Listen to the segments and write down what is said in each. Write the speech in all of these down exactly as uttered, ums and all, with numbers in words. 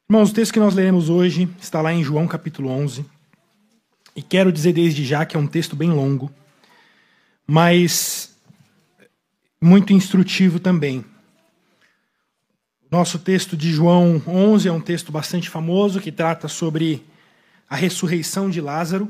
Irmãos, o texto que nós leremos hoje está lá em João capítulo onze. E quero dizer desde já que é um texto bem longo, mas muito instrutivo também. Nosso texto de João onze é um texto bastante famoso que trata sobre a ressurreição de Lázaro.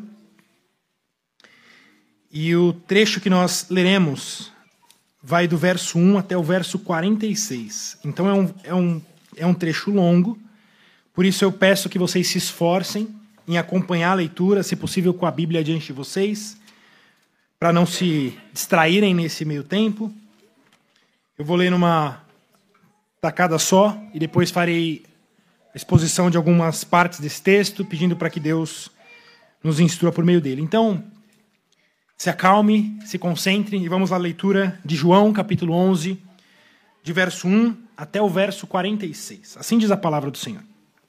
E o trecho que nós leremos vai do verso um até o verso quarenta e seis. Então é um, é um, é um trecho longo, por isso eu peço que vocês se esforcem em acompanhar a leitura, se possível com a Bíblia diante de vocês, para não se distraírem nesse meio tempo. Eu vou ler numa tacada só e depois farei a exposição de algumas partes desse texto, pedindo para que Deus nos instrua por meio dele. Então, se acalme, se concentre e vamos à leitura de João, capítulo onze, de verso um até o verso quarenta e seis. Assim diz a palavra do Senhor.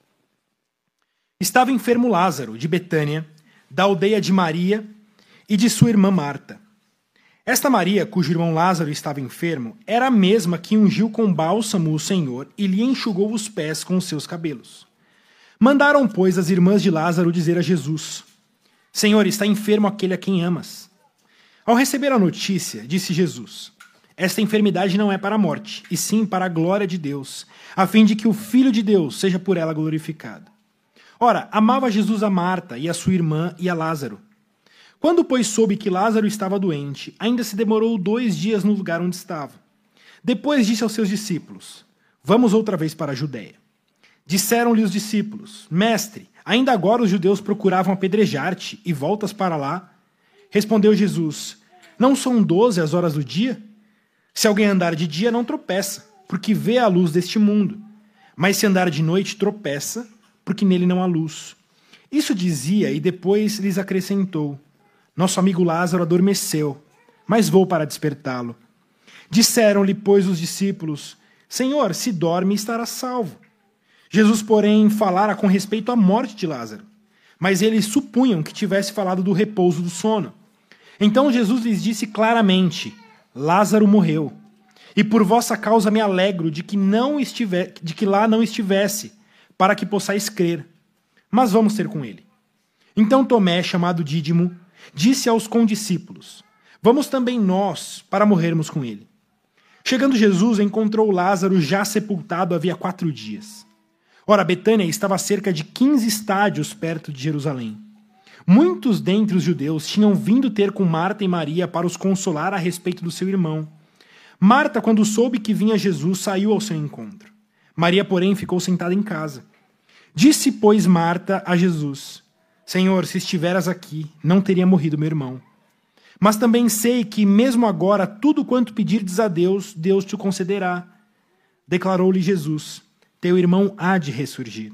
Estava enfermo Lázaro, de Betânia, da aldeia de Maria e de sua irmã Marta. Esta Maria, cujo irmão Lázaro estava enfermo, era a mesma que ungiu com bálsamo o Senhor e lhe enxugou os pés com os seus cabelos. Mandaram, pois, as irmãs de Lázaro dizer a Jesus: Senhor, está enfermo aquele a quem amas. Ao receber a notícia, disse Jesus: Esta enfermidade não é para a morte, e sim para a glória de Deus, a fim de que o Filho de Deus seja por ela glorificado. Ora, amava Jesus a Marta e a sua irmã e a Lázaro. Quando, pois, soube que Lázaro estava doente, ainda se demorou dois dias no lugar onde estava. Depois disse aos seus discípulos: Vamos outra vez para a Judéia. Disseram-lhe os discípulos: Mestre, ainda agora os judeus procuravam apedrejar-te e voltas para lá? Respondeu Jesus: Não são doze as horas do dia? Se alguém andar de dia, não tropeça, porque vê a luz deste mundo. Mas se andar de noite, tropeça, porque nele não há luz. Isso dizia e depois lhes acrescentou: Nosso amigo Lázaro adormeceu, mas vou para despertá-lo. Disseram-lhe, pois, os discípulos: Senhor, se dorme, estará salvo. Jesus, porém, falara com respeito à morte de Lázaro, mas eles supunham que tivesse falado do repouso do sono. Então Jesus lhes disse claramente: Lázaro morreu, e por vossa causa me alegro de que, não estiver, de que lá não estivesse, para que possais crer. Mas vamos ter com ele. Então Tomé, chamado Dídimo, disse aos condiscípulos: Vamos também nós, para morrermos com ele. Chegando Jesus, encontrou Lázaro já sepultado havia quatro dias. Ora, Betânia estava a cerca de quinze estádios perto de Jerusalém. Muitos dentre os judeus tinham vindo ter com Marta e Maria para os consolar a respeito do seu irmão. Marta, quando soube que vinha Jesus, saiu ao seu encontro. Maria, porém, ficou sentada em casa. Disse, pois, Marta a Jesus: Senhor, se estiveras aqui, não teria morrido meu irmão. Mas também sei que, mesmo agora, tudo quanto pedirdes a Deus, Deus te concederá. Declarou-lhe Jesus: Teu irmão há de ressurgir.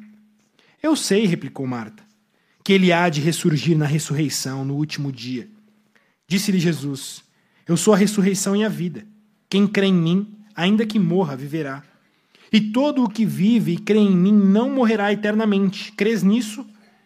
Eu sei, replicou Marta, que ele há de ressurgir na ressurreição, no último dia. Disse-lhe Jesus: Eu sou a ressurreição e a vida. Quem crê em mim, ainda que morra, viverá. E todo o que vive e crê em mim não morrerá eternamente. Crês nisso?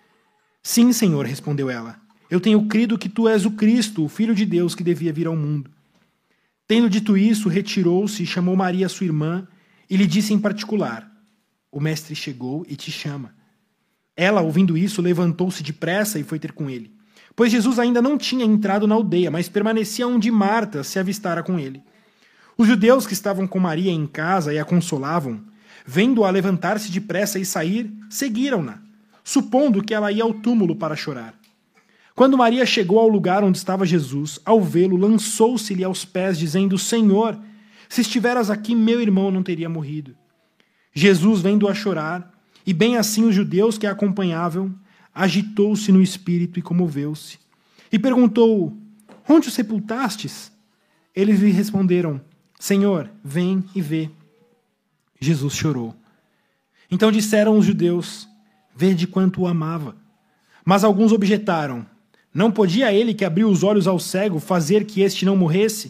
Sim, Senhor, respondeu ela. Eu tenho crido que tu és o Cristo, o Filho de Deus que devia vir ao mundo. Tendo dito isso, retirou-se e chamou Maria, sua irmã, e lhe disse em particular: O mestre chegou e te chama. Ela, ouvindo isso, levantou-se depressa e foi ter com ele. Pois Jesus ainda não tinha entrado na aldeia, mas permanecia onde Marta se avistara com ele. Os judeus que estavam com Maria em casa e a consolavam, vendo-a levantar-se depressa e sair, seguiram-na, supondo que ela ia ao túmulo para chorar. Quando Maria chegou ao lugar onde estava Jesus, ao vê-lo, lançou-se-lhe aos pés, dizendo: Senhor, se estiveras aqui, meu irmão não teria morrido. Jesus, vendo-a chorar, e bem assim os judeus que a acompanhavam, agitou-se no espírito e comoveu-se. E perguntou: Onde o sepultastes? Eles lhe responderam: Senhor, vem e vê. Jesus chorou. Então disseram os judeus: Vede quanto o amava. Mas alguns objetaram: Não podia ele que abriu os olhos ao cego fazer que este não morresse?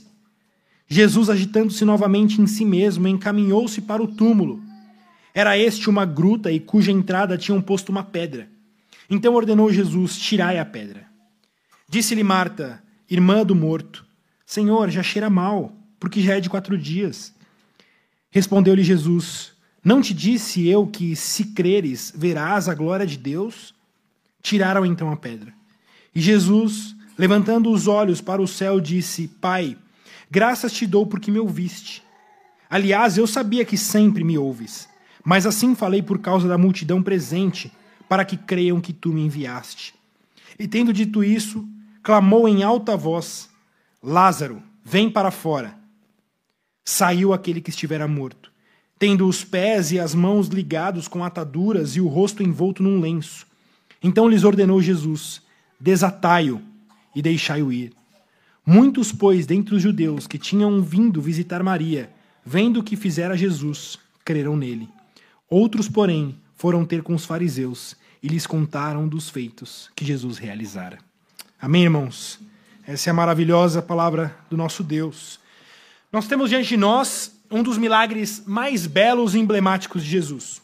Jesus, agitando-se novamente em si mesmo, encaminhou-se para o túmulo. Era este uma gruta e cuja entrada tinham posto uma pedra. Então ordenou Jesus: Tirai a pedra. Disse-lhe Marta, irmã do morto: Senhor, já cheira mal, porque já é de quatro dias. Respondeu-lhe Jesus: Não te disse eu que, se creres, verás a glória de Deus? Tiraram então a pedra. E Jesus, levantando os olhos para o céu, disse: Pai, graças te dou porque me ouviste. Aliás, eu sabia que sempre me ouves, mas assim falei por causa da multidão presente, para que creiam que tu me enviaste. E tendo dito isso, clamou em alta voz: Lázaro, vem para fora. Saiu aquele que estivera morto, tendo os pés e as mãos ligados com ataduras e o rosto envolto num lenço. Então lhes ordenou Jesus: desatai-o e deixai-o ir. Muitos, pois, dentre os judeus que tinham vindo visitar Maria, vendo o que fizera Jesus, creram nele. Outros, porém, foram ter com os fariseus e lhes contaram dos feitos que Jesus realizara. Amém, irmãos? Essa é a maravilhosa palavra do nosso Deus. Nós temos diante de nós um dos milagres mais belos e emblemáticos de Jesus.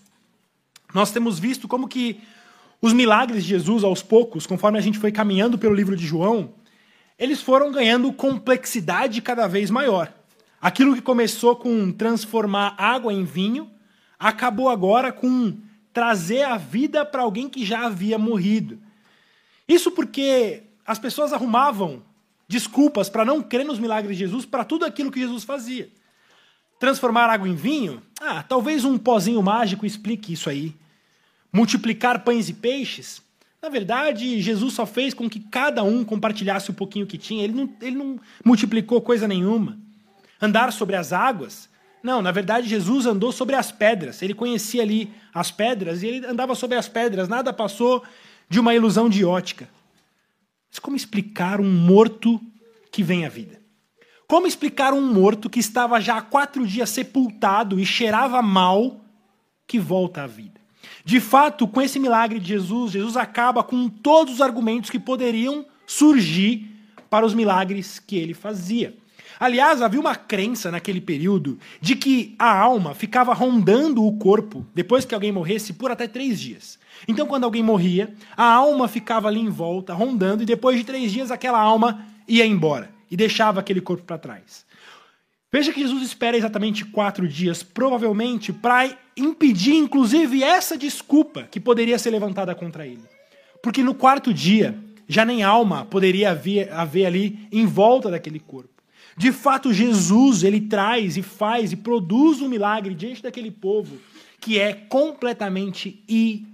Nós temos visto como que os milagres de Jesus, aos poucos, conforme a gente foi caminhando pelo livro de João, eles foram ganhando complexidade cada vez maior. Aquilo que começou com transformar água em vinho, acabou agora com trazer a vida para alguém que já havia morrido. Isso porque as pessoas arrumavam desculpas para não crer nos milagres de Jesus para tudo aquilo que Jesus fazia. Transformar água em vinho? Ah, talvez um pozinho mágico explique isso aí. Multiplicar pães e peixes? Na verdade, Jesus só fez com que cada um compartilhasse o pouquinho que tinha. Ele não, ele não multiplicou coisa nenhuma. Andar sobre as águas? Não, na verdade, Jesus andou sobre as pedras. Ele conhecia ali as pedras e ele andava sobre as pedras. Nada passou de uma ilusão de ótica. Mas como explicar um morto que vem à vida? Como explicar um morto que estava já há quatro dias sepultado e cheirava mal que volta à vida? De fato, com esse milagre de Jesus, Jesus acaba com todos os argumentos que poderiam surgir para os milagres que ele fazia. Aliás, havia uma crença naquele período de que a alma ficava rondando o corpo depois que alguém morresse por até três dias. Então, quando alguém morria, a alma ficava ali em volta, rondando, e depois de três dias aquela alma ia embora e deixava aquele corpo para trás. Veja que Jesus espera exatamente quatro dias, provavelmente para impedir, inclusive, essa desculpa que poderia ser levantada contra ele. Porque no quarto dia, já nem alma poderia haver, haver ali em volta daquele corpo. De fato, Jesus, ele traz e faz e produz um milagre diante daquele povo que é completamente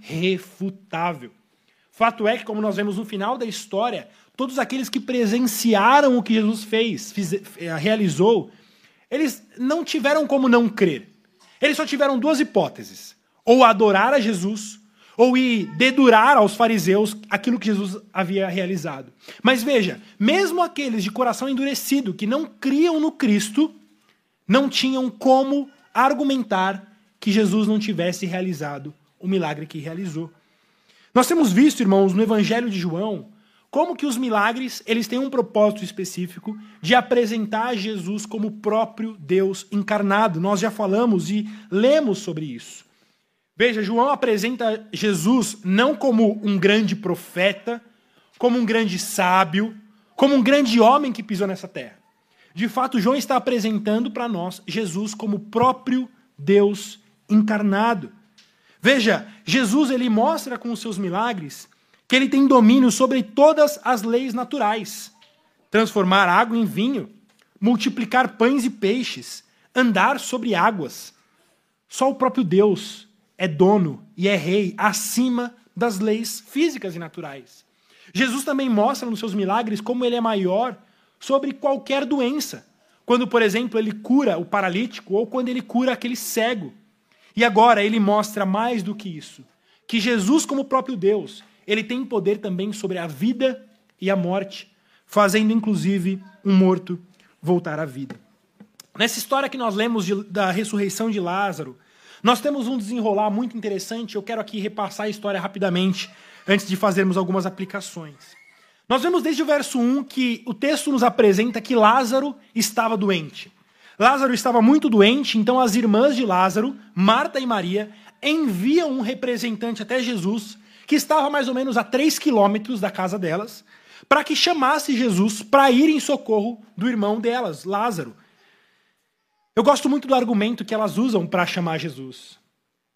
irrefutável. Fato é que, como nós vemos no final da história, todos aqueles que presenciaram o que Jesus fez, fiz, realizou, eles não tiveram como não crer. Eles só tiveram duas hipóteses: ou adorar a Jesus, ou ir dedurar aos fariseus aquilo que Jesus havia realizado. Mas veja, mesmo aqueles de coração endurecido, que não criam no Cristo, não tinham como argumentar que Jesus não tivesse realizado o milagre que realizou. Nós temos visto, irmãos, no Evangelho de João, como que os milagres eles têm um propósito específico de apresentar Jesus como o próprio Deus encarnado. Nós já falamos e lemos sobre isso. Veja, João apresenta Jesus não como um grande profeta, como um grande sábio, como um grande homem que pisou nessa terra. De fato, João está apresentando para nós Jesus como o próprio Deus encarnado. Veja, Jesus ele mostra com os seus milagres que ele tem domínio sobre todas as leis naturais. Transformar água em vinho, multiplicar pães e peixes, andar sobre águas. Só o próprio Deus é dono e é rei acima das leis físicas e naturais. Jesus também mostra nos seus milagres como ele é maior sobre qualquer doença. Quando, por exemplo, ele cura o paralítico ou quando ele cura aquele cego. E agora ele mostra mais do que isso, que Jesus, como o próprio Deus, ele tem poder também sobre a vida e a morte, fazendo inclusive um morto voltar à vida. Nessa história que nós lemos de, da ressurreição de Lázaro, nós temos um desenrolar muito interessante. Eu quero aqui repassar a história rapidamente, antes de fazermos algumas aplicações. Nós vemos desde o verso um que o texto nos apresenta que Lázaro estava doente. Lázaro estava muito doente, então as irmãs de Lázaro, Marta e Maria, enviam um representante até Jesus, que estava mais ou menos a três quilômetros da casa delas, para que chamasse Jesus para ir em socorro do irmão delas, Lázaro. Eu gosto muito do argumento que elas usam para chamar Jesus.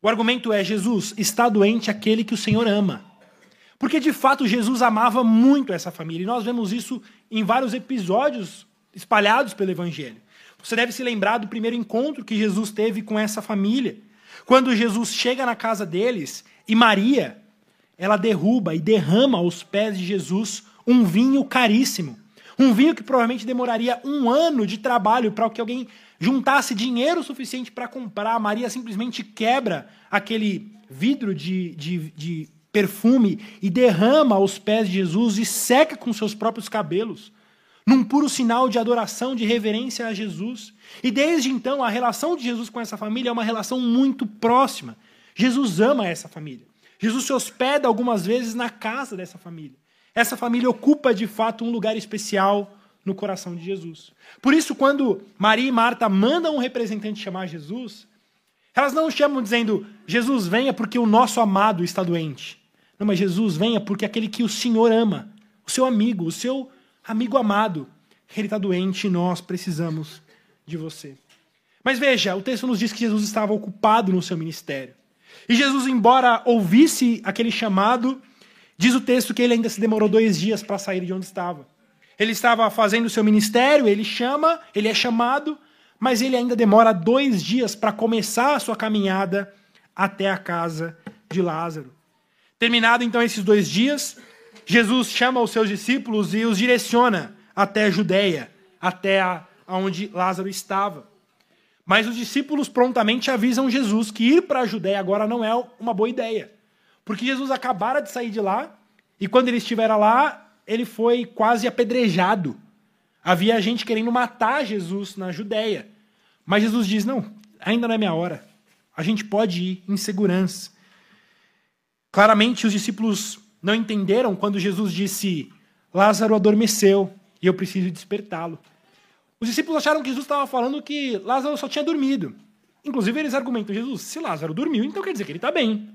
O argumento é: Jesus, está doente aquele que o Senhor ama. Porque de fato Jesus amava muito essa família. E nós vemos isso em vários episódios espalhados pelo Evangelho. Você deve se lembrar do primeiro encontro que Jesus teve com essa família. Quando Jesus chega na casa deles e Maria, ela derruba e derrama aos pés de Jesus um vinho caríssimo. Um vinho que provavelmente demoraria um ano de trabalho para que alguém juntasse dinheiro suficiente para comprar. Maria simplesmente quebra aquele vidro de, de, de perfume e derrama aos pés de Jesus e seca com seus próprios cabelos, num puro sinal de adoração, de reverência a Jesus. E desde então, a relação de Jesus com essa família é uma relação muito próxima. Jesus ama essa família. Jesus se hospeda algumas vezes na casa dessa família. Essa família ocupa, de fato, um lugar especial no coração de Jesus. Por isso, quando Maria e Marta mandam um representante chamar Jesus, elas não chamam dizendo: Jesus, venha porque o nosso amado está doente. Não, mas Jesus, venha porque aquele que o Senhor ama, o seu amigo, o seu amigo amado, ele está doente e nós precisamos de você. Mas veja, o texto nos diz que Jesus estava ocupado no seu ministério. E Jesus, embora ouvisse aquele chamado, diz o texto que ele ainda se demorou dois dias para sair de onde estava. Ele estava fazendo o seu ministério, ele chama, ele é chamado, mas ele ainda demora dois dias para começar a sua caminhada até a casa de Lázaro. Terminado então esses dois dias, Jesus chama os seus discípulos e os direciona até a Judeia, até a, onde Lázaro estava. Mas os discípulos prontamente avisam Jesus que ir para a Judeia agora não é uma boa ideia. Porque Jesus acabara de sair de lá, e quando ele estivera lá, ele foi quase apedrejado. Havia gente querendo matar Jesus na Judeia. Mas Jesus diz: não, ainda não é minha hora. A gente pode ir em segurança. Claramente os discípulos não entenderam quando Jesus disse: Lázaro adormeceu e eu preciso despertá-lo. Os discípulos acharam que Jesus estava falando que Lázaro só tinha dormido. Inclusive eles argumentam: Jesus, se Lázaro dormiu, então quer dizer que ele está bem.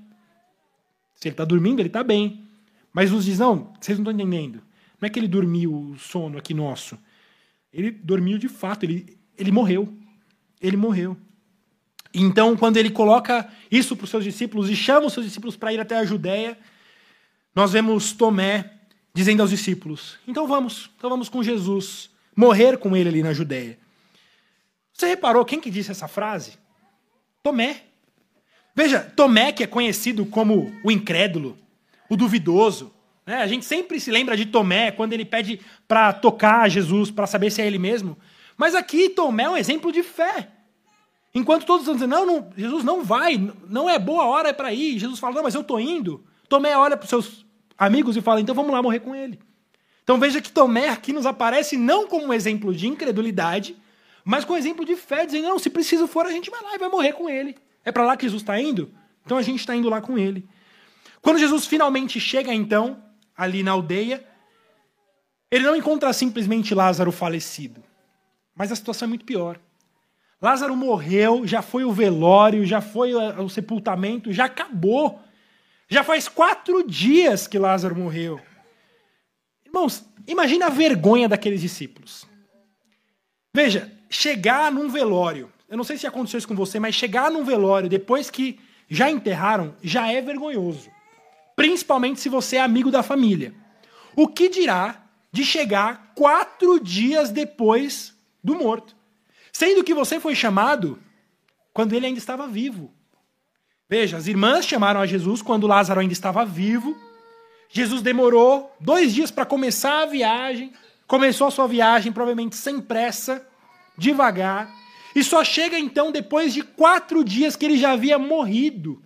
Se ele está dormindo, ele está bem. Mas Jesus diz: não, vocês não estão entendendo. Não é que ele dormiu o sono aqui nosso. Ele dormiu de fato, ele, ele morreu. Ele morreu. Então, quando ele coloca isso para os seus discípulos e chama os seus discípulos para ir até a Judeia, nós vemos Tomé dizendo aos discípulos: então vamos, então vamos com Jesus, morrer com ele ali na Judeia. Você reparou quem que disse essa frase? Tomé. Veja, Tomé, que é conhecido como o incrédulo, o duvidoso, né? A gente sempre se lembra de Tomé quando ele pede para tocar Jesus, para saber se é ele mesmo. Mas aqui Tomé é um exemplo de fé. Enquanto todos estão dizendo: não, não, Jesus não vai, não é boa hora para ir. Jesus fala: não, mas eu estou indo. Tomé olha para os seus amigos e fala: então vamos lá morrer com ele. Então veja que Tomé aqui nos aparece não como um exemplo de incredulidade, mas com um exemplo de fé, dizendo: não, se preciso for, a gente vai lá e vai morrer com ele. É para lá que Jesus está indo? Então a gente está indo lá com ele. Quando Jesus finalmente chega, então, ali na aldeia, ele não encontra simplesmente Lázaro falecido. Mas a situação é muito pior. Lázaro morreu, já foi o velório, já foi o sepultamento, já acabou. Já faz quatro dias que Lázaro morreu. Irmãos, imagina a vergonha daqueles discípulos. Veja, chegar num velório, eu não sei se aconteceu isso com você, mas chegar num velório depois que já enterraram, já é vergonhoso. Principalmente se você é amigo da família. O que dirá de chegar quatro dias depois do morto? Sendo que você foi chamado quando ele ainda estava vivo. Veja, as irmãs chamaram a Jesus quando Lázaro ainda estava vivo. Jesus demorou dois dias para começar a viagem. Começou a sua viagem provavelmente sem pressa, devagar. E só chega então depois de quatro dias que ele já havia morrido.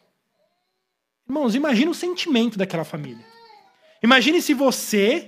Irmãos, imagine o sentimento daquela família. Imagine se você,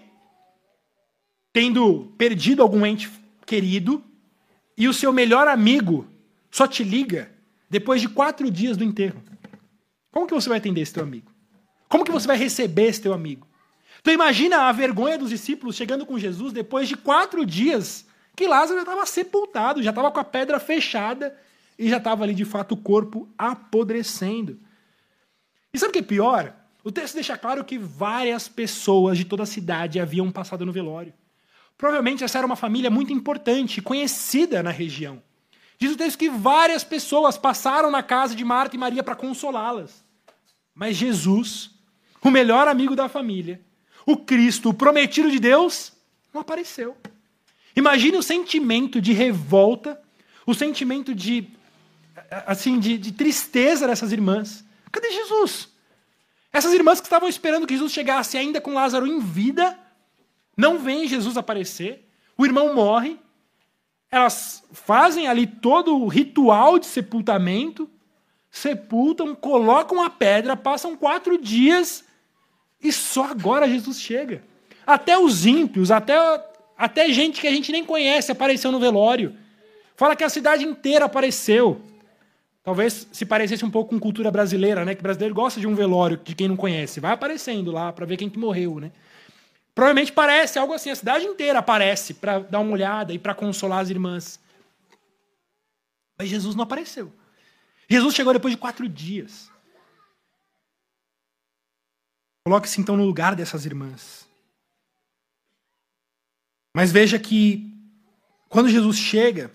tendo perdido algum ente querido, e o seu melhor amigo só te liga depois de quatro dias do enterro. Como que você vai atender esse teu amigo? Como que você vai receber esse teu amigo? Então imagina a vergonha dos discípulos chegando com Jesus depois de quatro dias que Lázaro já estava sepultado, já estava com a pedra fechada e já estava ali de fato o corpo apodrecendo. E sabe o que é pior? O texto deixa claro que várias pessoas de toda a cidade haviam passado no velório. Provavelmente essa era uma família muito importante, conhecida na região. Diz o texto que várias pessoas passaram na casa de Marta e Maria para consolá-las. Mas Jesus, o melhor amigo da família, o Cristo, o prometido de Deus, não apareceu. Imagine o sentimento de revolta, o sentimento de, assim, de, de tristeza dessas irmãs. Cadê Jesus? Essas irmãs que estavam esperando que Jesus chegasse ainda com Lázaro em vida, não veem Jesus aparecer, o irmão morre, elas fazem ali todo o ritual de sepultamento, sepultam, colocam a pedra, passam quatro dias e só agora Jesus chega. Até os ímpios, até, até gente que a gente nem conhece apareceu no velório. Fala que a cidade inteira apareceu. Talvez se parecesse um pouco com cultura brasileira, né? Que o brasileiro gosta de um velório de quem não conhece. Vai aparecendo lá para ver quem que morreu, né? Provavelmente parece algo assim. A cidade inteira aparece para dar uma olhada e para consolar as irmãs. Mas Jesus não apareceu. Jesus chegou depois de quatro dias. Coloque-se então no lugar dessas irmãs. Mas veja que quando Jesus chega,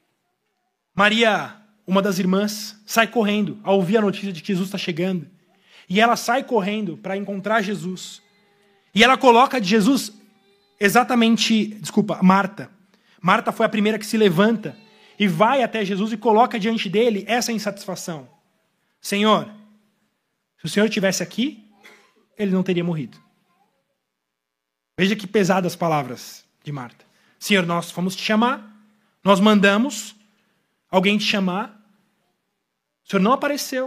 Maria, uma das irmãs, sai correndo ao ouvir a notícia de que Jesus está chegando. E ela sai correndo para encontrar Jesus. E ela coloca de Jesus exatamente, desculpa, Marta. Marta foi a primeira que se levanta e vai até Jesus e coloca diante dele essa insatisfação. Senhor, se o Senhor estivesse aqui, ele não teria morrido. Veja que pesadas as palavras de Marta. Senhor, nós fomos te chamar, nós mandamos alguém te chamar, o Senhor não apareceu,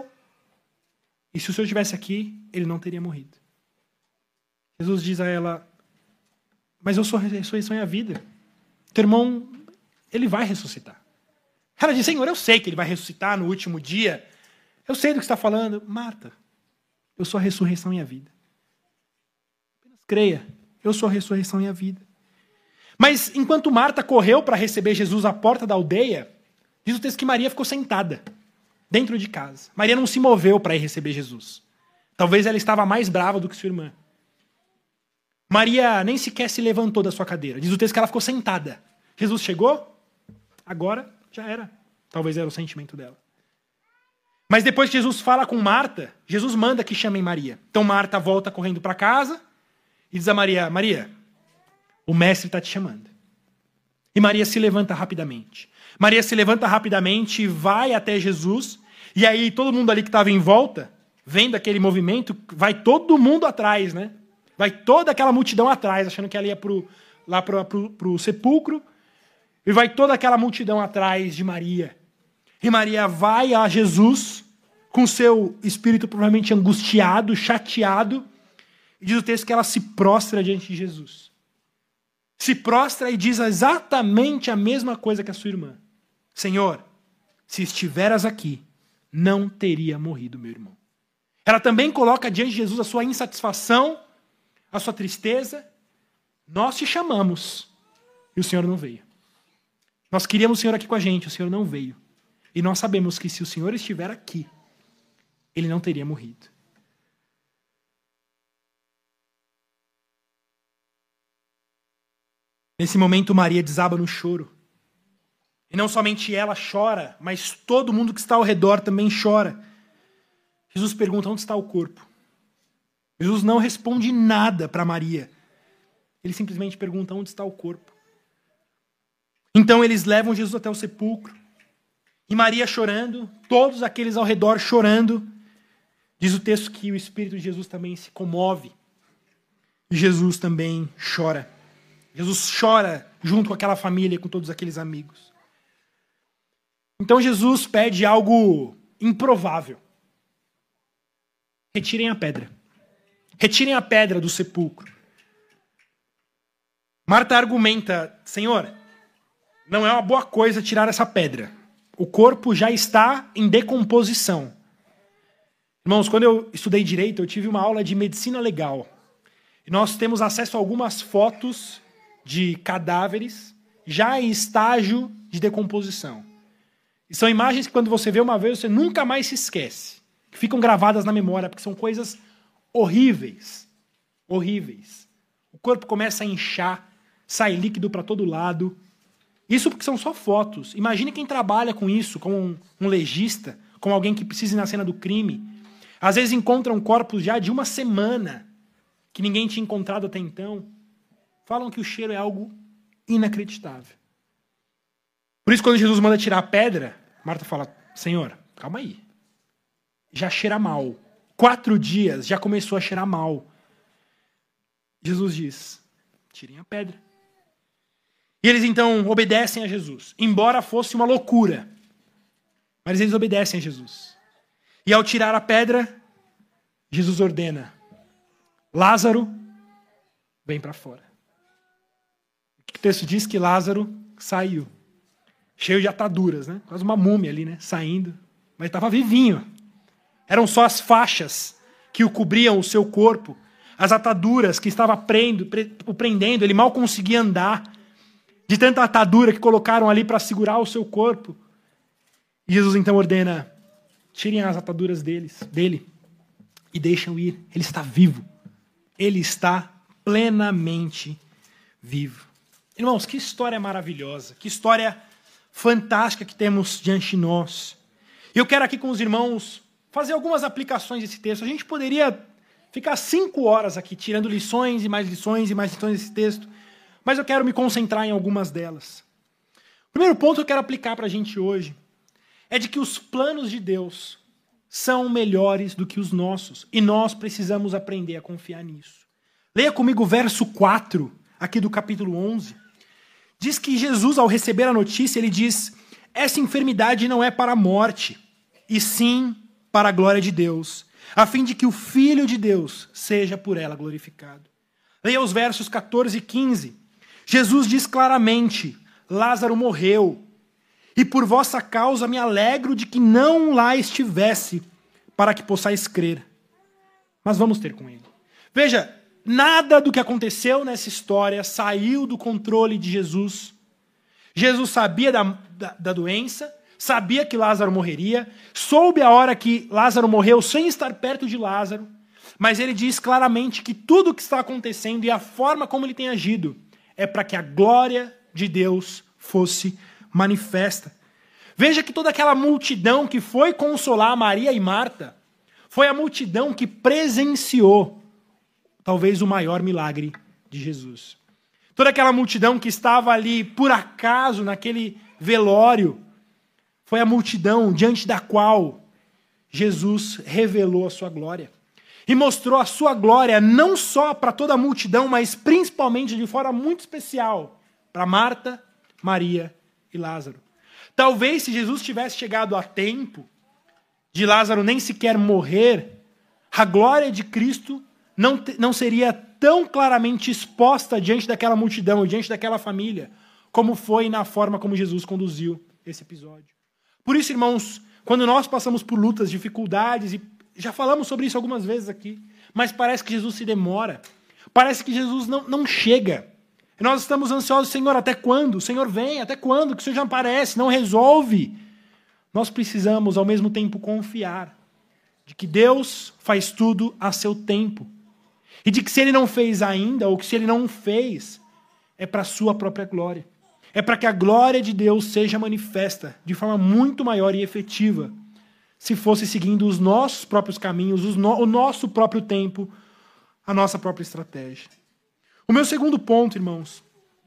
e se o Senhor estivesse aqui, ele não teria morrido. Jesus diz a ela, mas eu sou a ressurreição e a vida. Teu irmão, ele vai ressuscitar. Ela diz, Senhor, eu sei que ele vai ressuscitar no último dia, eu sei do que está falando. Marta, eu sou a ressurreição e a vida. Apenas creia, eu sou a ressurreição e a vida. Mas enquanto Marta correu para receber Jesus à porta da aldeia, diz o texto que Maria ficou sentada dentro de casa. Maria não se moveu para ir receber Jesus. Talvez ela estava mais brava do que sua irmã. Maria nem sequer se levantou da sua cadeira. Diz o texto que ela ficou sentada. Jesus chegou, agora já era. Talvez era o sentimento dela. Mas depois que Jesus fala com Marta, Jesus manda que chamem Maria. Então Marta volta correndo para casa e diz a Maria, Maria, o mestre está te chamando. E Maria se levanta rapidamente. Maria se levanta rapidamente e vai até Jesus. E aí todo mundo ali que estava em volta, vendo aquele movimento, vai todo mundo atrás, né? Vai toda aquela multidão atrás, achando que ela ia pro, lá para o sepulcro. E vai toda aquela multidão atrás de Maria. E Maria vai a Jesus com seu espírito provavelmente angustiado, chateado. E diz o texto que ela se prostra diante de Jesus. Se prostra e diz exatamente a mesma coisa que a sua irmã. Senhor, se estiveras aqui, não teria morrido meu irmão. Ela também coloca diante de Jesus a sua insatisfação, a sua tristeza. Nós te chamamos e o Senhor não veio. Nós queríamos o Senhor aqui com a gente, o Senhor não veio. E nós sabemos que se o Senhor estiver aqui, ele não teria morrido. Nesse momento, Maria desaba no choro. E não somente ela chora, mas todo mundo que está ao redor também chora. Jesus pergunta, onde está o corpo? Jesus não responde nada para Maria. Ele simplesmente pergunta, onde está o corpo? Então eles levam Jesus até o sepulcro. E Maria chorando, todos aqueles ao redor chorando. Diz o texto que o Espírito de Jesus também se comove. E Jesus também chora. Jesus chora junto com aquela família, com todos aqueles amigos. Então Jesus pede algo improvável. Retirem a pedra. Retirem a pedra do sepulcro. Marta argumenta, Senhor, não é uma boa coisa tirar essa pedra. O corpo já está em decomposição. Irmãos, quando eu estudei direito, eu tive uma aula de medicina legal. E nós temos acesso a algumas fotos de cadáveres já em estágio de decomposição. E são imagens que quando você vê uma vez, você nunca mais se esquece. Que ficam gravadas na memória, porque são coisas horríveis. Horríveis. O corpo começa a inchar, sai líquido para todo lado. Isso porque são só fotos. Imagine quem trabalha com isso, como um, um legista, como alguém que precisa ir na cena do crime. Às vezes encontram corpos já de uma semana, que ninguém tinha encontrado até então. Falam que o cheiro é algo inacreditável. Por isso, quando Jesus manda tirar a pedra, Marta fala, Senhor, calma aí. Já cheira mal. Quatro dias já começou a cheirar mal. Jesus diz, tirem a pedra. E eles então obedecem a Jesus, embora fosse uma loucura. Mas eles obedecem a Jesus. E ao tirar a pedra, Jesus ordena, Lázaro, vem para fora. O texto diz que Lázaro saiu, cheio de ataduras, né? Quase uma múmia ali, né? Saindo, mas estava vivinho. Eram só as faixas que o cobriam o seu corpo, as ataduras que estavam prendo, o prendendo, ele mal conseguia andar, de tanta atadura que colocaram ali para segurar o seu corpo. E Jesus então ordena, tirem as ataduras deles, dele e deixam ir. Ele está vivo. Ele está plenamente vivo. Irmãos, que história maravilhosa, que história fantástica que temos diante de nós. E eu quero aqui com os irmãos fazer algumas aplicações desse texto. A gente poderia ficar cinco horas aqui tirando lições e mais lições e mais lições desse texto, mas eu quero me concentrar em algumas delas. O primeiro ponto que eu quero aplicar para a gente hoje é de que os planos de Deus são melhores do que os nossos e nós precisamos aprender a confiar nisso. Leia comigo o verso quatro, aqui do capítulo onze. Diz que Jesus, ao receber a notícia, ele diz, essa enfermidade não é para a morte, e sim para a glória de Deus, a fim de que o Filho de Deus seja por ela glorificado. Leia os versos quatorze e quinze. Jesus diz claramente, Lázaro morreu, e por vossa causa me alegro de que não lá estivesse, para que possais crer. Mas vamos ter com ele. Veja, nada do que aconteceu nessa história saiu do controle de Jesus. Jesus sabia da, da, da doença, sabia que Lázaro morreria, soube a hora que Lázaro morreu sem estar perto de Lázaro, mas ele diz claramente que tudo o que está acontecendo e a forma como ele tem agido é para que a glória de Deus fosse manifesta. Veja que toda aquela multidão que foi consolar Maria e Marta foi a multidão que presenciou talvez o maior milagre de Jesus. Toda aquela multidão que estava ali por acaso naquele velório foi a multidão diante da qual Jesus revelou a sua glória. E mostrou a sua glória não só para toda a multidão, mas principalmente de forma muito especial para Marta, Maria e Lázaro. Talvez se Jesus tivesse chegado a tempo de Lázaro nem sequer morrer, a glória de Cristo não, não seria tão claramente exposta diante daquela multidão, diante daquela família, como foi na forma como Jesus conduziu esse episódio. Por isso, irmãos, quando nós passamos por lutas, dificuldades, e já falamos sobre isso algumas vezes aqui, mas parece que Jesus se demora, parece que Jesus não, não chega. E nós estamos ansiosos, Senhor, até quando? O Senhor vem, até quando? Que o Senhor já aparece, não resolve. Nós precisamos, ao mesmo tempo, confiar de que Deus faz tudo a seu tempo. E de que se Ele não fez ainda, ou que se Ele não fez, é para a sua própria glória. É para que a glória de Deus seja manifesta de forma muito maior e efetiva, se fosse seguindo os nossos próprios caminhos, os no, o nosso próprio tempo, a nossa própria estratégia. O meu segundo ponto, irmãos,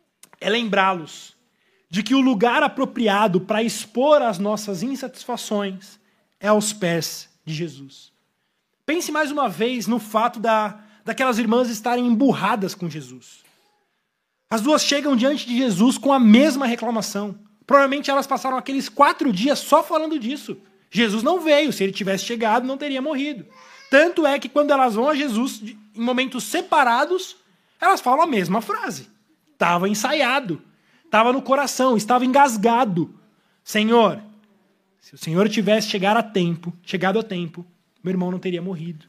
é lembrá-los de que o lugar apropriado para expor as nossas insatisfações é aos pés de Jesus. Pense mais uma vez no fato da, daquelas irmãs estarem emburradas com Jesus. As duas chegam diante de Jesus com a mesma reclamação. Provavelmente elas passaram aqueles quatro dias só falando disso. Jesus não veio, se ele tivesse chegado, não teria morrido. Tanto é que quando elas vão a Jesus, em momentos separados, elas falam a mesma frase. Estava ensaiado, estava no coração, estava engasgado. Senhor, se o Senhor tivesse chegado a tempo, chegado a tempo, meu irmão não teria morrido.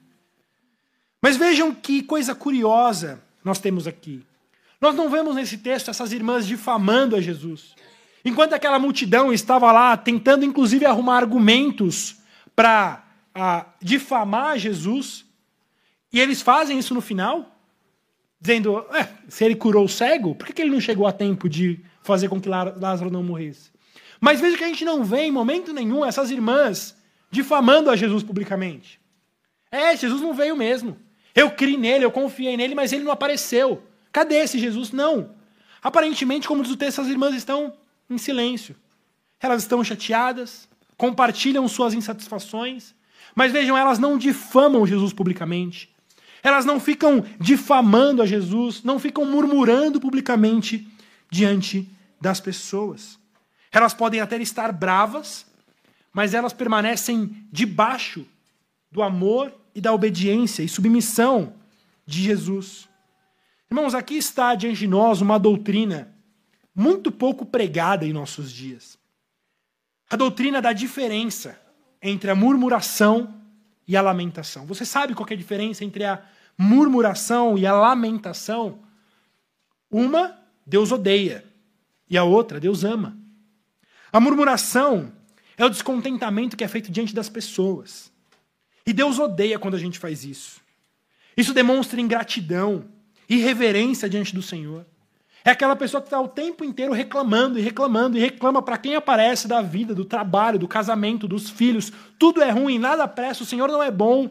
Mas vejam que coisa curiosa nós temos aqui. Nós não vemos nesse texto essas irmãs difamando a Jesus. Enquanto aquela multidão estava lá tentando, inclusive, arrumar argumentos para difamar Jesus, e eles fazem isso no final, dizendo, é, se ele curou o cego, por que, que ele não chegou a tempo de fazer com que Lázaro não morresse. Mas veja que a gente não vê em momento nenhum essas irmãs difamando a Jesus publicamente. É, Jesus não veio mesmo. Eu criei nele, eu confiei nele, mas ele não apareceu. Cadê esse Jesus? Não. Aparentemente, como diz o texto, essas irmãs estão em silêncio. Elas estão chateadas, compartilham suas insatisfações, mas vejam, elas não difamam Jesus publicamente. Elas não ficam difamando a Jesus, não ficam murmurando publicamente diante das pessoas. Elas podem até estar bravas, mas elas permanecem debaixo do amor e da obediência e submissão de Jesus. Irmãos, aqui está diante de nós uma doutrina muito pouco pregada em nossos dias. A doutrina da diferença entre a murmuração e a lamentação. Você sabe qual que é a diferença entre a murmuração e a lamentação? Uma, Deus odeia, e a outra, Deus ama. A murmuração é o descontentamento que é feito diante das pessoas. E Deus odeia quando a gente faz isso. Isso demonstra ingratidão, irreverência diante do Senhor. É aquela pessoa que está o tempo inteiro reclamando e reclamando e reclama para quem aparece da vida, do trabalho, do casamento, dos filhos. Tudo é ruim, nada presta, o Senhor não é bom.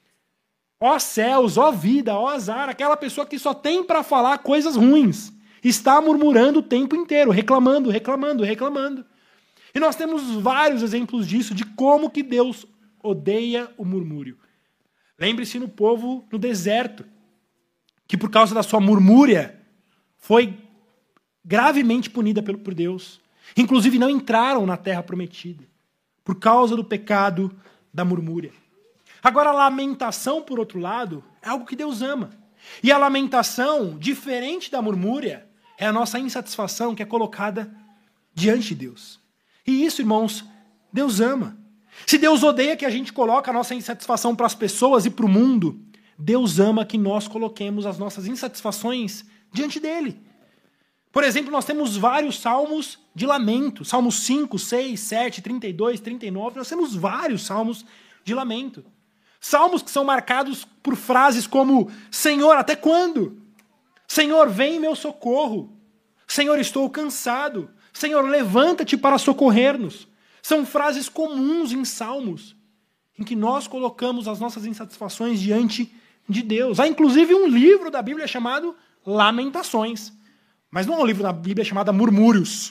Ó céus, ó vida, ó azar. Aquela pessoa que só tem para falar coisas ruins. Está murmurando o tempo inteiro, reclamando, reclamando, reclamando. E nós temos vários exemplos disso, de como que Deus odeia o murmúrio. Lembre-se no povo no deserto, que por causa da sua murmúria foi gravemente punida por Deus. Inclusive não entraram na terra prometida, por causa do pecado da murmúria. Agora a lamentação, por outro lado, é algo que Deus ama. E a lamentação, diferente da murmúria, é a nossa insatisfação que é colocada diante de Deus. E isso, irmãos, Deus ama. Se Deus odeia que a gente coloque a nossa insatisfação para as pessoas e para o mundo, Deus ama que nós coloquemos as nossas insatisfações diante dele. Por exemplo, nós temos vários salmos de lamento. Salmos cinco, seis, sete, trinta e dois, trinta e nove. Nós temos vários salmos de lamento. Salmos que são marcados por frases como: Senhor, até quando? Senhor, vem em meu socorro. Senhor, estou cansado. Senhor, levanta-te para socorrer-nos. São frases comuns em salmos, em que nós colocamos as nossas insatisfações diante de Deus. Há inclusive um livro da Bíblia chamado Lamentações. Mas não é um livro da Bíblia chamado Murmúrios.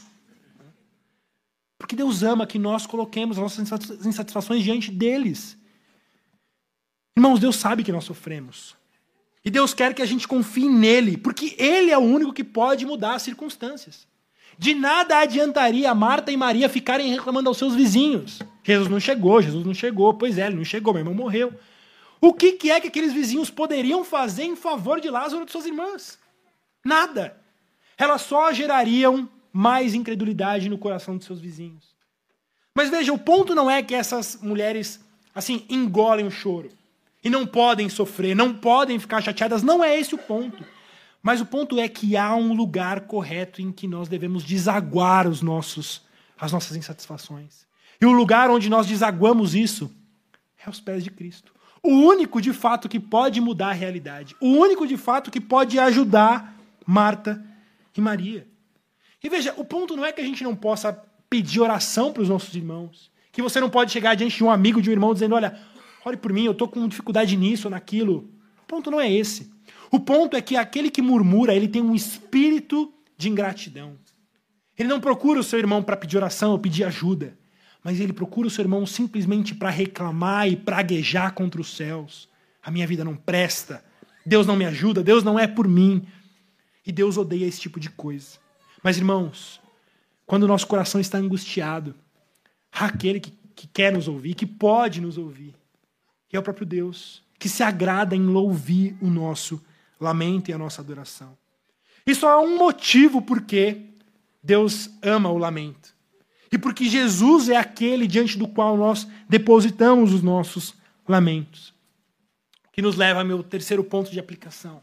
Porque Deus ama que nós coloquemos as nossas insatisfações diante deles. Irmãos, Deus sabe que nós sofremos. E Deus quer que a gente confie nele, porque ele é o único que pode mudar as circunstâncias. De nada adiantaria Marta e Maria ficarem reclamando aos seus vizinhos. Jesus não chegou, Jesus não chegou. Pois é, ele não chegou, meu irmão morreu. O que, que é que aqueles vizinhos poderiam fazer em favor de Lázaro e de suas irmãs? Nada. Elas só gerariam mais incredulidade no coração de seus vizinhos. Mas veja, o ponto não é que essas mulheres assim engolem o choro e não podem sofrer, não podem ficar chateadas. Não é esse o ponto. Mas o ponto é que há um lugar correto em que nós devemos desaguar os nossos, as nossas insatisfações. E o lugar onde nós desaguamos isso é aos pés de Cristo. O único, de fato, que pode mudar a realidade. O único, de fato, que pode ajudar Marta e Maria. E veja, o ponto não é que a gente não possa pedir oração para os nossos irmãos. Que você não pode chegar diante de um amigo, de um irmão, dizendo: olha, ore por mim, eu estou com dificuldade nisso ou naquilo. O ponto não é esse. O ponto é que aquele que murmura, ele tem um espírito de ingratidão. Ele não procura o seu irmão para pedir oração ou pedir ajuda, mas ele procura o seu irmão simplesmente para reclamar e praguejar contra os céus. A minha vida não presta, Deus não me ajuda, Deus não é por mim. E Deus odeia esse tipo de coisa. Mas, irmãos, quando o nosso coração está angustiado, há aquele que, que quer nos ouvir, que pode nos ouvir, que é o próprio Deus, que se agrada em ouvir o nosso lamento e a nossa adoração. E só há um motivo por que Deus ama o lamento. E porque Jesus é aquele diante do qual nós depositamos os nossos lamentos. O que nos leva ao meu terceiro ponto de aplicação.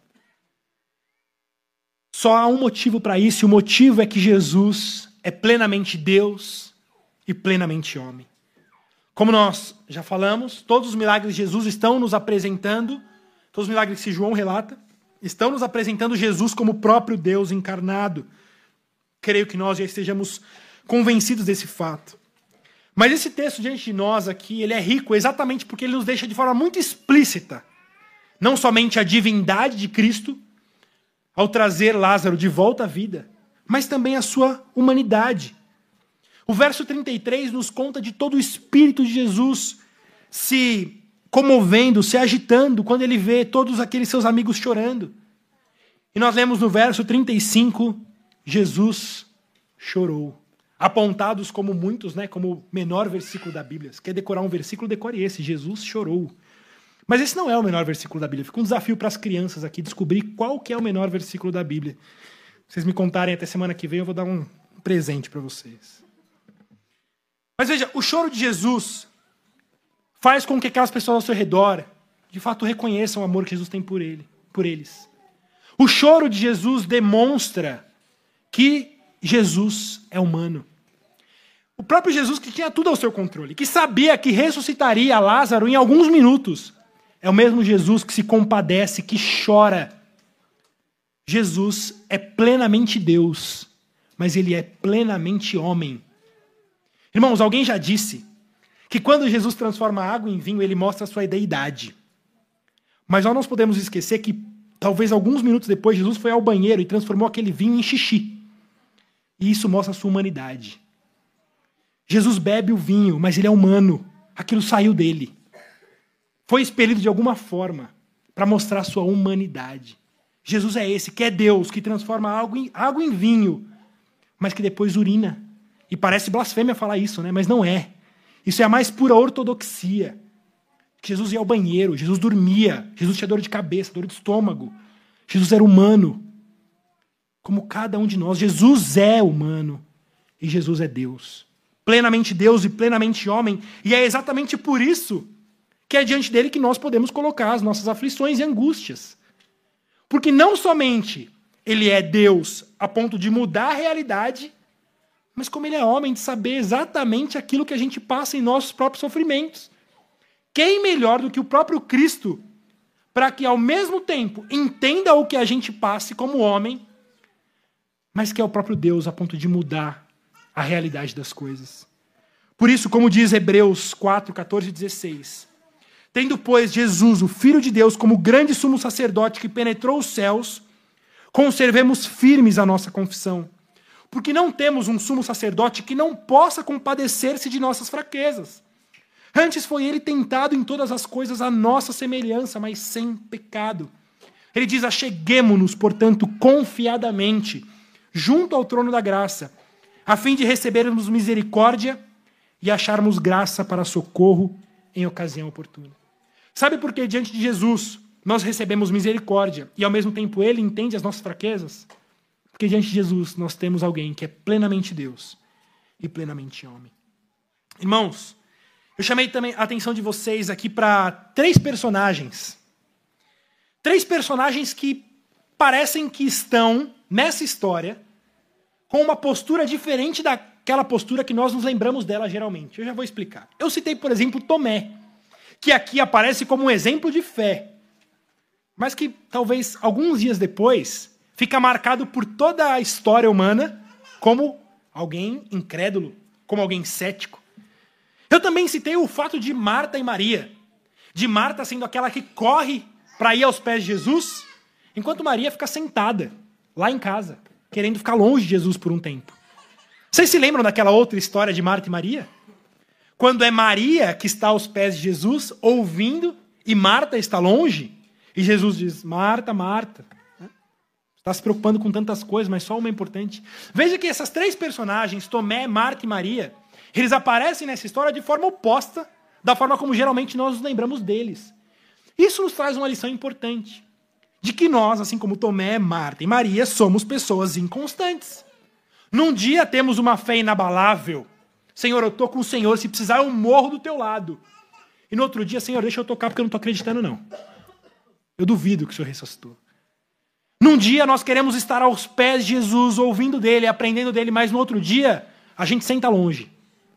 Só há um motivo para isso, e o motivo é que Jesus é plenamente Deus e plenamente homem. Como nós já falamos, todos os milagres de Jesus estão nos apresentando, todos os milagres que João relata, estão nos apresentando Jesus como o próprio Deus encarnado. Creio que nós já estejamos convencidos desse fato. Mas esse texto diante de nós aqui, ele é rico exatamente porque ele nos deixa de forma muito explícita, não somente a divindade de Cristo, ao trazer Lázaro de volta à vida, mas também a sua humanidade. O verso trinta e três nos conta de todo o Espírito de Jesus se comovendo, se agitando, quando ele vê todos aqueles seus amigos chorando. E nós lemos no verso trinta e cinco, Jesus chorou. Apontados como muitos, né, como o menor versículo da Bíblia. Se quer decorar um versículo, decore esse, Jesus chorou. Mas esse não é o menor versículo da Bíblia. Fica um desafio para as crianças aqui, descobrir qual que é o menor versículo da Bíblia. Se vocês me contarem até semana que vem, eu vou dar um presente para vocês. Mas veja, o choro de Jesus faz com que aquelas pessoas ao seu redor, de fato, reconheçam o amor que Jesus tem por ele, por eles. O choro de Jesus demonstra que Jesus é humano. O próprio Jesus, que tinha tudo ao seu controle, que sabia que ressuscitaria Lázaro em alguns minutos, é o mesmo Jesus que se compadece, que chora. Jesus é plenamente Deus, mas ele é plenamente homem. Irmãos, alguém já disse que quando Jesus transforma água em vinho, ele mostra a sua deidade. Mas nós não podemos esquecer que, talvez alguns minutos depois, Jesus foi ao banheiro e transformou aquele vinho em xixi. E isso mostra a sua humanidade. Jesus bebe o vinho, mas ele é humano. Aquilo saiu dele. Foi expelido de alguma forma para mostrar a sua humanidade. Jesus é esse, que é Deus, que transforma água em, água em vinho, mas que depois urina. E parece blasfêmia falar isso, né? Mas não é. Isso é a mais pura ortodoxia. Jesus ia ao banheiro, Jesus dormia, Jesus tinha dor de cabeça, dor de estômago. Jesus era humano, como cada um de nós. Jesus é humano e Jesus é Deus. Plenamente Deus e plenamente homem. E é exatamente por isso que é diante dele que nós podemos colocar as nossas aflições e angústias. Porque não somente ele é Deus a ponto de mudar a realidade, mas como ele é homem de saber exatamente aquilo que a gente passa em nossos próprios sofrimentos. Quem melhor do que o próprio Cristo para que ao mesmo tempo entenda o que a gente passe como homem, mas que é o próprio Deus a ponto de mudar a realidade das coisas. Por isso, como diz Hebreus quatro, catorze e dezesseis, tendo, pois, Jesus, o Filho de Deus, como grande sumo sacerdote que penetrou os céus, conservemos firmes a nossa confissão, porque não temos um sumo sacerdote que não possa compadecer-se de nossas fraquezas. Antes foi ele tentado em todas as coisas à nossa semelhança, mas sem pecado. Ele diz, acheguemo-nos, portanto, confiadamente, junto ao trono da graça, a fim de recebermos misericórdia e acharmos graça para socorro em ocasião oportuna. Sabe por que diante de Jesus nós recebemos misericórdia e ao mesmo tempo ele entende as nossas fraquezas? Porque diante de Jesus nós temos alguém que é plenamente Deus e plenamente homem. Irmãos, eu chamei também a atenção de vocês aqui para três personagens. Três personagens que parecem que estão nessa história com uma postura diferente daquela postura que nós nos lembramos dela geralmente. Eu já vou explicar. Eu citei, por exemplo, Tomé, que aqui aparece como um exemplo de fé, mas que talvez alguns dias depois fica marcado por toda a história humana como alguém incrédulo, como alguém cético. Eu também citei o fato de Marta e Maria, de Marta sendo aquela que corre para ir aos pés de Jesus, enquanto Maria fica sentada lá em casa, querendo ficar longe de Jesus por um tempo. Vocês se lembram daquela outra história de Marta e Maria? Quando é Maria que está aos pés de Jesus, ouvindo, e Marta está longe, e Jesus diz, Marta, Marta, está se preocupando com tantas coisas, mas só uma é importante. Veja que essas três personagens, Tomé, Marta e Maria, eles aparecem nessa história de forma oposta da forma como geralmente nós nos lembramos deles. Isso nos traz uma lição importante, de que nós, assim como Tomé, Marta e Maria, somos pessoas inconstantes. Num dia temos uma fé inabalável. Senhor, eu estou com o Senhor, se precisar eu morro do teu lado. E no outro dia, Senhor, deixa eu tocar porque eu não estou acreditando não. Eu duvido que o Senhor ressuscitou. Num dia nós queremos estar aos pés de Jesus, ouvindo dele, aprendendo dele, mas no outro dia a gente senta longe.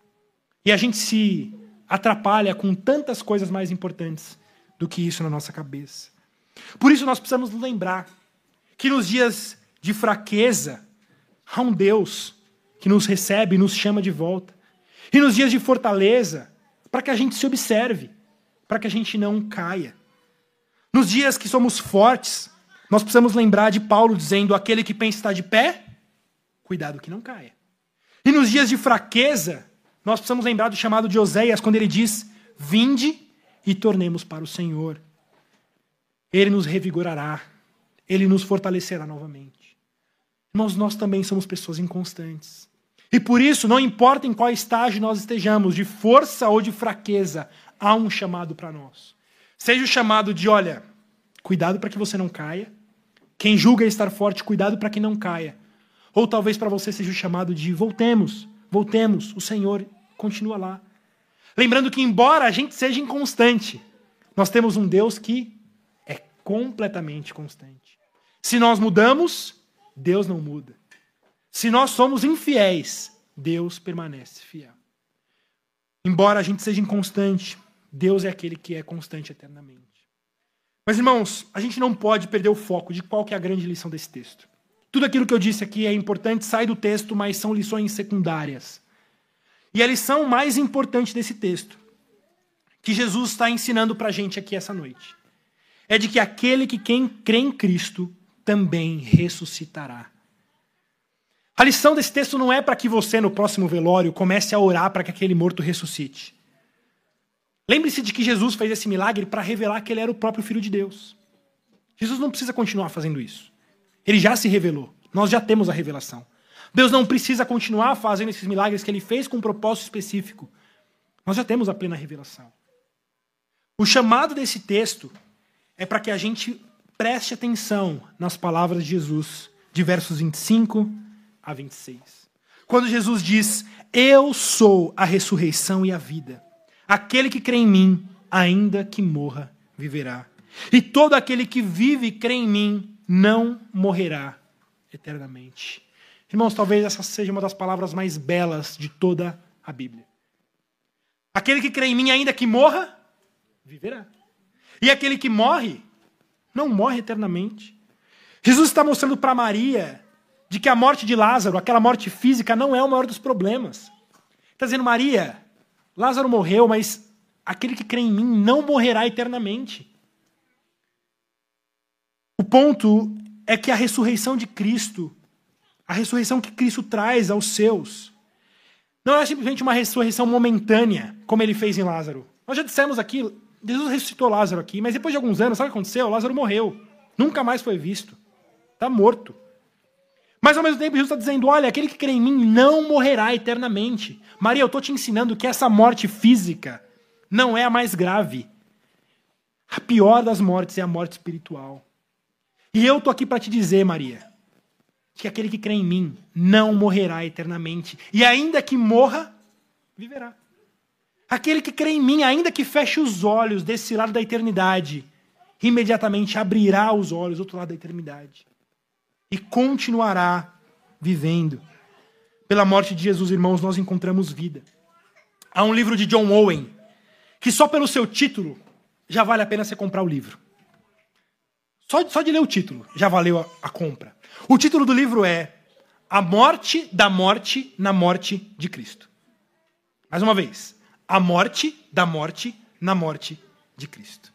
E a gente se atrapalha com tantas coisas mais importantes do que isso na nossa cabeça. Por isso nós precisamos lembrar que nos dias de fraqueza, Há um Deus que nos recebe e nos chama de volta. E nos dias de fortaleza, para que a gente se observe, para que a gente não caia. Nos dias que somos fortes, nós precisamos lembrar de Paulo dizendo: aquele que pensa estar de pé, cuidado que não caia. E nos dias de fraqueza, nós precisamos lembrar do chamado de Oséias, quando ele diz: vinde e tornemos para o Senhor. Ele nos revigorará, ele nos fortalecerá novamente. Irmãos, nós também somos pessoas inconstantes. E por isso, não importa em qual estágio nós estejamos, de força ou de fraqueza, há um chamado para nós. Seja o chamado de, olha, cuidado para que você não caia. Quem julga estar forte, cuidado para que não caia. Ou talvez para você seja o chamado de voltemos, voltemos, o Senhor continua lá. Lembrando que embora a gente seja inconstante, nós temos um Deus que é completamente constante. Se nós mudamos, Deus não muda. Se nós somos infiéis, Deus permanece fiel. Embora a gente seja inconstante, Deus é aquele que é constante eternamente. Mas, irmãos, a gente não pode perder o foco de qual que é a grande lição desse texto. Tudo aquilo que eu disse aqui é importante, sai do texto, mas são lições secundárias. E a lição mais importante desse texto, que Jesus está ensinando para a gente aqui essa noite, é de que aquele que quem crê em Cristo também ressuscitará. A lição desse texto não é para que você, no próximo velório, comece a orar para que aquele morto ressuscite. Lembre-se de que Jesus fez esse milagre para revelar que ele era o próprio Filho de Deus. Jesus não precisa continuar fazendo isso. Ele já se revelou. Nós já temos a revelação. Deus não precisa continuar fazendo esses milagres que ele fez com um propósito específico. Nós já temos a plena revelação. O chamado desse texto é para que a gente preste atenção nas palavras de Jesus, de versos vinte e cinco a vinte e seis. Quando Jesus diz: eu sou a ressurreição e a vida. Aquele que crê em mim, ainda que morra, viverá. E todo aquele que vive e crê em mim, não morrerá eternamente. Irmãos, talvez essa seja uma das palavras mais belas de toda a Bíblia. Aquele que crê em mim, ainda que morra, viverá. E aquele que morre, não morre eternamente. Jesus está mostrando para Maria de que a morte de Lázaro, aquela morte física, não é o maior dos problemas. Está dizendo: Maria, Lázaro morreu, mas aquele que crê em mim não morrerá eternamente. O ponto é que a ressurreição de Cristo, a ressurreição que Cristo traz aos seus, não é simplesmente uma ressurreição momentânea, como ele fez em Lázaro. Nós já dissemos aqui, Jesus ressuscitou Lázaro aqui, mas depois de alguns anos, sabe o que aconteceu? Lázaro morreu. Nunca mais foi visto. Está morto. Mas ao mesmo tempo Jesus está dizendo: olha, aquele que crê em mim não morrerá eternamente. Maria, eu estou te ensinando que essa morte física não é a mais grave. A pior das mortes é a morte espiritual. E eu estou aqui para te dizer, Maria, que aquele que crê em mim não morrerá eternamente. E ainda que morra, viverá. Aquele que crê em mim, ainda que feche os olhos desse lado da eternidade, imediatamente abrirá os olhos do outro lado da eternidade. E continuará vivendo. Pela morte de Jesus, irmãos, nós encontramos vida. Há um livro de John Owen, que só pelo seu título já vale a pena você comprar o livro. Só, só de ler o título já valeu a, a compra. O título do livro é A Morte da Morte na Morte de Cristo. Mais uma vez. A morte da morte na morte de Cristo.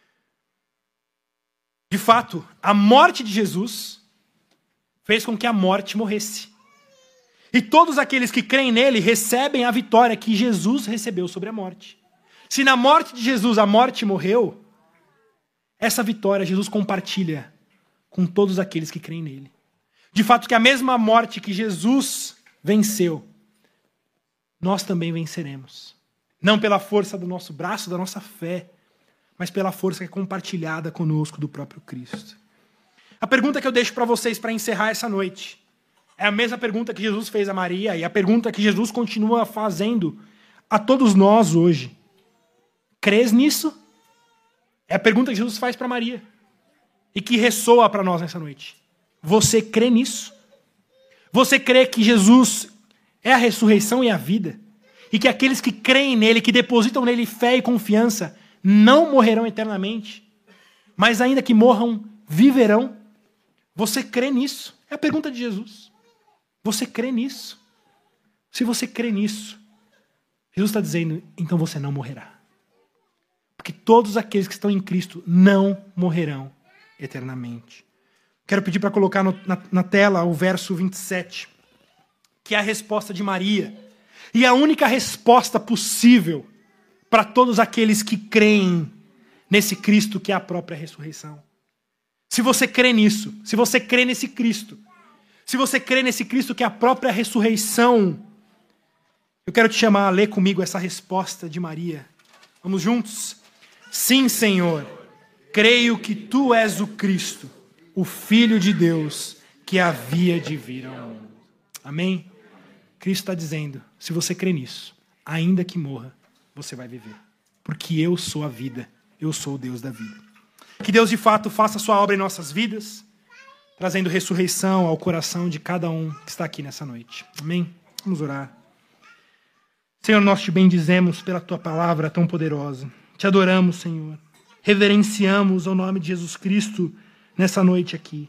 De fato, a morte de Jesus fez com que a morte morresse. E todos aqueles que creem nele recebem a vitória que Jesus recebeu sobre a morte. Se na morte de Jesus a morte morreu, essa vitória Jesus compartilha com todos aqueles que creem nele. De fato, que a mesma morte que Jesus venceu, nós também venceremos. Não pela força do nosso braço, da nossa fé, mas pela força que é compartilhada conosco do próprio Cristo. A pergunta que eu deixo para vocês para encerrar essa noite é a mesma pergunta que Jesus fez a Maria e a pergunta que Jesus continua fazendo a todos nós hoje. Crês nisso? É a pergunta que Jesus faz para Maria e que ressoa para nós nessa noite. Você crê nisso? Você crê que Jesus é a ressurreição e a vida? E que aqueles que creem nele, que depositam nele fé e confiança, não morrerão eternamente, mas ainda que morram, viverão? Você crê nisso? É a pergunta de Jesus. Você crê nisso? Se você crê nisso, Jesus está dizendo, então você não morrerá. Porque todos aqueles que estão em Cristo não morrerão eternamente. Quero pedir para colocar no, na, na tela o verso vinte e sete, que é a resposta de Maria. E a única resposta possível para todos aqueles que creem nesse Cristo que é a própria ressurreição. Se você crê nisso, se você crê nesse Cristo, se você crê nesse Cristo que é a própria ressurreição, eu quero te chamar a ler comigo essa resposta de Maria. Vamos juntos? Sim, Senhor, creio que Tu és o Cristo, o Filho de Deus, que havia de vir ao mundo. Amém? Cristo está dizendo, se você crê nisso, ainda que morra, você vai viver. Porque eu sou a vida, eu sou o Deus da vida. Que Deus de fato faça a sua obra em nossas vidas, trazendo ressurreição ao coração de cada um que está aqui nessa noite. Amém? Vamos orar. Senhor, nós te bendizemos pela Tua palavra tão poderosa. Te adoramos, Senhor. Reverenciamos o nome de Jesus Cristo nessa noite aqui.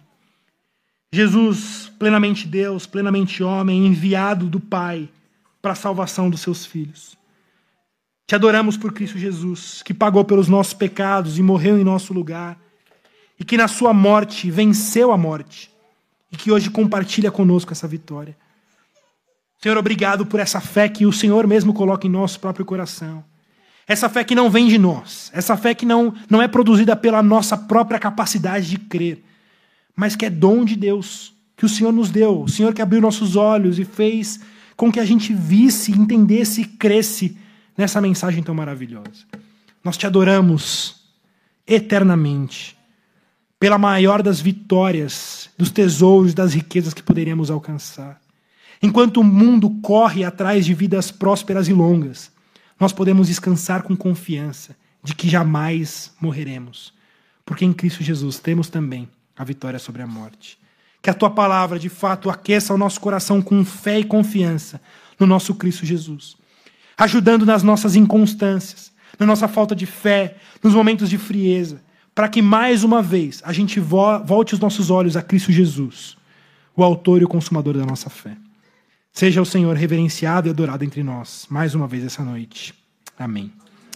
Jesus, plenamente Deus, plenamente homem, enviado do Pai para a salvação dos seus filhos. Te adoramos por Cristo Jesus, que pagou pelos nossos pecados e morreu em nosso lugar, e que na sua morte venceu a morte, e que hoje compartilha conosco essa vitória. Senhor, obrigado por essa fé que o Senhor mesmo coloca em nosso próprio coração. Essa fé que não vem de nós, essa fé que não, não é produzida pela nossa própria capacidade de crer, mas que é dom de Deus, que o Senhor nos deu, o Senhor que abriu nossos olhos e fez com que a gente visse, entendesse e cresce nessa mensagem tão maravilhosa. Nós te adoramos eternamente, pela maior das vitórias, dos tesouros, das riquezas que poderíamos alcançar. Enquanto o mundo corre atrás de vidas prósperas e longas, nós podemos descansar com confiança de que jamais morreremos, porque em Cristo Jesus temos também a vitória sobre a morte. Que a Tua palavra, de fato, aqueça o nosso coração com fé e confiança no nosso Cristo Jesus, ajudando nas nossas inconstâncias, na nossa falta de fé, nos momentos de frieza, para que mais uma vez a gente volte os nossos olhos a Cristo Jesus, o autor e o consumador da nossa fé. Seja o Senhor reverenciado e adorado entre nós, mais uma vez essa noite. Amém.